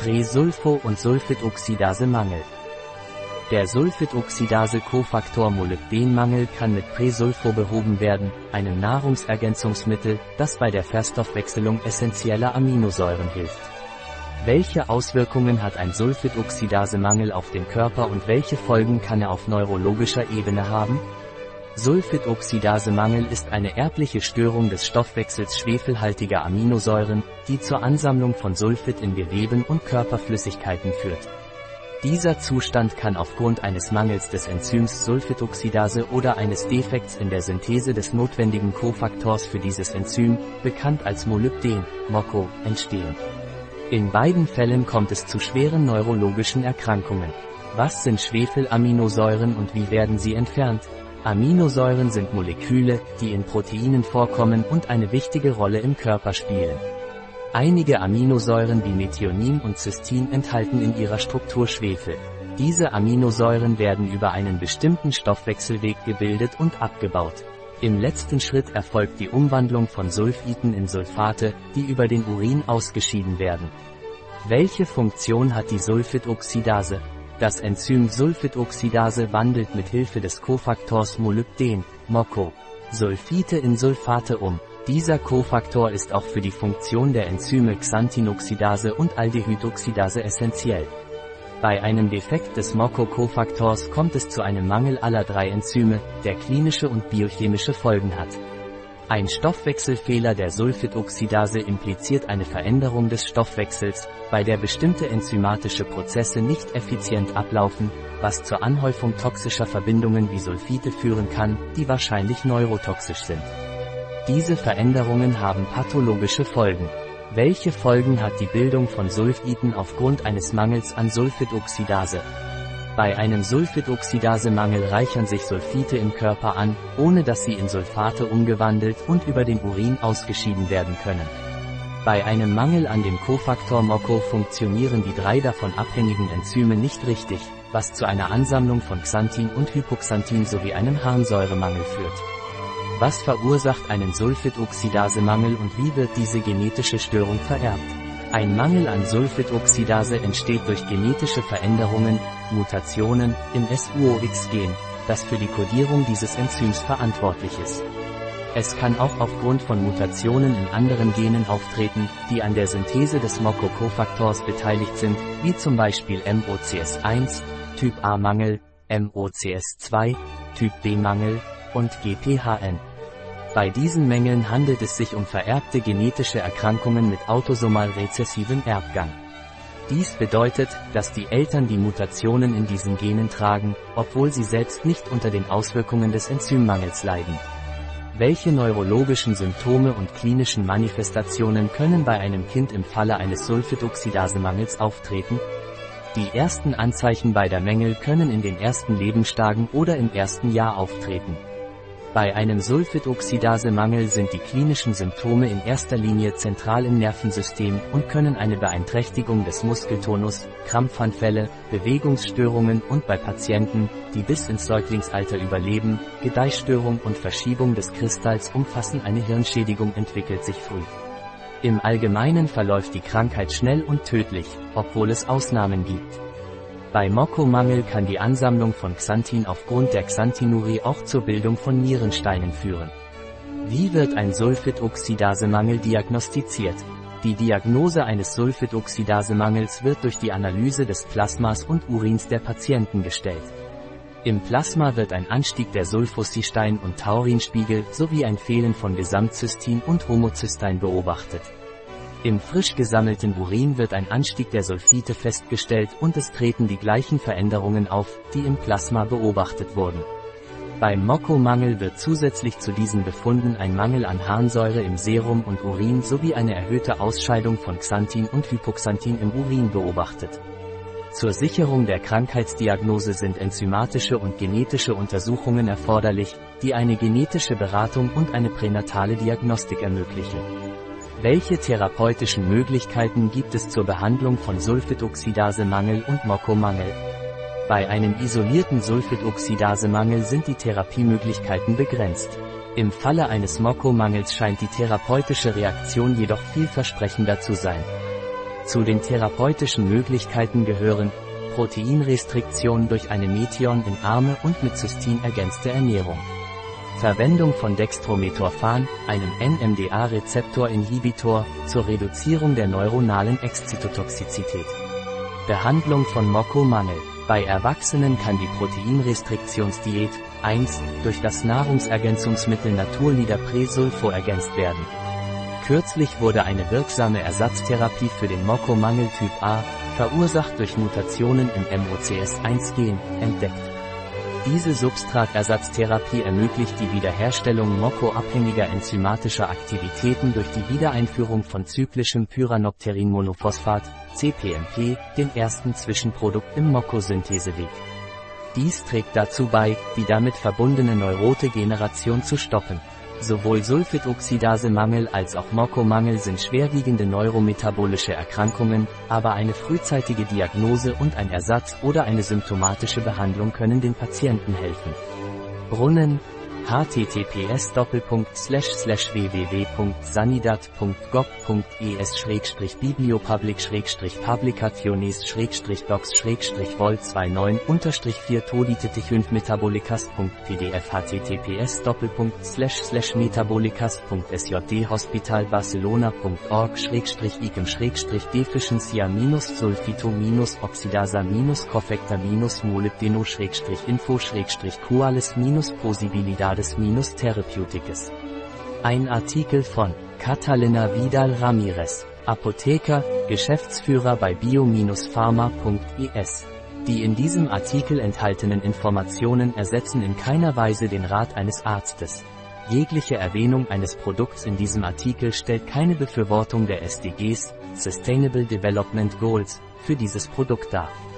Prä-Sulfo- und Sulfitoxidase-Mangel. Der Sulfitoxidase-Kofaktor Molybdenmangel kann mit Prä-Sulfo behoben werden, einem Nahrungsergänzungsmittel, das bei der Verstoffwechselung essentieller Aminosäuren hilft. Welche Auswirkungen hat ein Sulfitoxidase-Mangel auf den Körper und welche Folgen kann er auf neurologischer Ebene haben? Sulfitoxidase-Mangel ist eine erbliche Störung des Stoffwechsels schwefelhaltiger Aminosäuren, die zur Ansammlung von Sulfit in Geweben und Körperflüssigkeiten führt. Dieser Zustand kann aufgrund eines Mangels des Enzyms Sulfitoxidase oder eines Defekts in der Synthese des notwendigen Kofaktors für dieses Enzym, bekannt als Molybden, MoCo, entstehen. In beiden Fällen kommt es zu schweren neurologischen Erkrankungen. Was sind Schwefelaminosäuren und wie werden sie entfernt? Aminosäuren sind Moleküle, die in Proteinen vorkommen und eine wichtige Rolle im Körper spielen. Einige Aminosäuren wie Methionin und Cystin enthalten in ihrer Struktur Schwefel. Diese Aminosäuren werden über einen bestimmten Stoffwechselweg gebildet und abgebaut. Im letzten Schritt erfolgt die Umwandlung von Sulfiten in Sulfate, die über den Urin ausgeschieden werden. Welche Funktion hat die Sulfitoxidase? Das Enzym Sulfitoxidase wandelt mit Hilfe des Kofaktors Molybden, MoCo, Sulfite in Sulfate um. Dieser Kofaktor ist auch für die Funktion der Enzyme Xanthinoxidase und Aldehydoxidase essentiell. Bei einem Defekt des MoCo-Kofaktors kommt es zu einem Mangel aller drei Enzyme, der klinische und biochemische Folgen hat. Ein Stoffwechselfehler der Sulfitoxidase impliziert eine Veränderung des Stoffwechsels, bei der bestimmte enzymatische Prozesse nicht effizient ablaufen, was zur Anhäufung toxischer Verbindungen wie Sulfite führen kann, die wahrscheinlich neurotoxisch sind. Diese Veränderungen haben pathologische Folgen. Welche Folgen hat die Bildung von Sulfiten aufgrund eines Mangels an Sulfitoxidase? Bei einem Sulfitoxidase-Mangel reichern sich Sulfite im Körper an, ohne dass sie in Sulfate umgewandelt und über den Urin ausgeschieden werden können. Bei einem Mangel an dem Kofaktor MoCo funktionieren die drei davon abhängigen Enzyme nicht richtig, was zu einer Ansammlung von Xanthin und Hypoxanthin sowie einem Harnsäuremangel führt. Was verursacht einen Sulfitoxidase-Mangel und wie wird diese genetische Störung vererbt? Ein Mangel an Sulfitoxidase entsteht durch genetische Veränderungen, Mutationen, im SUOX-Gen, das für die Kodierung dieses Enzyms verantwortlich ist. Es kann auch aufgrund von Mutationen in anderen Genen auftreten, die an der Synthese des MoCo-Kofaktors beteiligt sind, wie zum Beispiel MOCS1, Typ A-Mangel, MOCS2, Typ B-Mangel und GPHN. Bei diesen Mängeln handelt es sich um vererbte genetische Erkrankungen mit autosomal rezessivem Erbgang. Dies bedeutet, dass die Eltern die Mutationen in diesen Genen tragen, obwohl sie selbst nicht unter den Auswirkungen des Enzymmangels leiden. Welche neurologischen Symptome und klinischen Manifestationen können bei einem Kind im Falle eines Sulfitoxidase-Mangels auftreten? Die ersten Anzeichen beider Mängel können in den ersten Lebenstagen oder im ersten Jahr auftreten. Bei einem Sulfitoxidase-Mangel sind die klinischen Symptome in erster Linie zentral im Nervensystem und können eine Beeinträchtigung des Muskeltonus, Krampfanfälle, Bewegungsstörungen und bei Patienten, die bis ins Säuglingsalter überleben, Gedeihstörung und Verschiebung des Kristalls umfassen. Eine Hirnschädigung entwickelt sich früh. Im Allgemeinen verläuft die Krankheit schnell und tödlich, obwohl es Ausnahmen gibt. Bei MoCo-Mangel kann die Ansammlung von Xanthin aufgrund der Xanthinurie auch zur Bildung von Nierensteinen führen. Wie wird ein Sulfitoxidase-Mangel diagnostiziert? Die Diagnose eines Sulfitoxidase-Mangels wird durch die Analyse des Plasmas und Urins der Patienten gestellt. Im Plasma wird ein Anstieg der Sulfocistein- und Taurinspiegel sowie ein Fehlen von Gesamtcystin und Homocystein beobachtet. Im frisch gesammelten Urin wird ein Anstieg der Sulfite festgestellt und es treten die gleichen Veränderungen auf, die im Plasma beobachtet wurden. Beim MoCo-Mangel wird zusätzlich zu diesen Befunden ein Mangel an Harnsäure im Serum und Urin sowie eine erhöhte Ausscheidung von Xanthin und Hypoxanthin im Urin beobachtet. Zur Sicherung der Krankheitsdiagnose sind enzymatische und genetische Untersuchungen erforderlich, die eine genetische Beratung und eine pränatale Diagnostik ermöglichen. Welche therapeutischen Möglichkeiten gibt es zur Behandlung von Sulfitoxidase-Mangel und MoCo-Mangel? Bei einem isolierten Sulfitoxidase-Mangel sind die Therapiemöglichkeiten begrenzt. Im Falle eines MoCo-Mangels scheint die therapeutische Reaktion jedoch vielversprechender zu sein. Zu den therapeutischen Möglichkeiten gehören Proteinrestriktion durch eine Metion in arme und mit Cystin ergänzte Ernährung. Verwendung von Dextrometophan, einem NMDA-Rezeptor-Inhibitor, zur Reduzierung der neuronalen Exzytotoxizität. Behandlung von Moko-Mangel. Bei Erwachsenen kann die Proteinrestriktionsdiät 1 durch das Nahrungsergänzungsmittel Naturliderpresulfo ergänzt werden. Kürzlich wurde eine wirksame Ersatztherapie für den Moko-Mangel Typ A, verursacht durch Mutationen im MOCS1-Gen, entdeckt. Diese Substratersatztherapie ermöglicht die Wiederherstellung Moko-abhängiger enzymatischer Aktivitäten durch die Wiedereinführung von zyklischem Pyranopterin-Monophosphat, CPMP, dem ersten Zwischenprodukt im Moko-Syntheseweg. Dies trägt dazu bei, die damit verbundene Neurodegeneration zu stoppen. Sowohl Sulfitoxidase-Mangel als auch Moko-Mangel sind schwerwiegende neurometabolische Erkrankungen, aber eine frühzeitige Diagnose und ein Ersatz oder eine symptomatische Behandlung können den Patienten helfen. Brunnen: https://www.sanidat.gov.es/bibliopublications/docs/vol29-4 toditetichunfmetabolicast.pdf https://metabolicast.sjt-hospital-Barcelona.org/icum-icum-deficiencia-sulfito-oxidasa-cofecta-molybdeno-info-Cuales. Ein Artikel von Catalina Vidal Ramirez, Apotheker, Geschäftsführer bei bio-pharma.es. Die in diesem Artikel enthaltenen Informationen ersetzen in keiner Weise den Rat eines Arztes. Jegliche Erwähnung eines Produkts in diesem Artikel stellt keine Befürwortung der SDGs, Sustainable Development Goals, für dieses Produkt dar.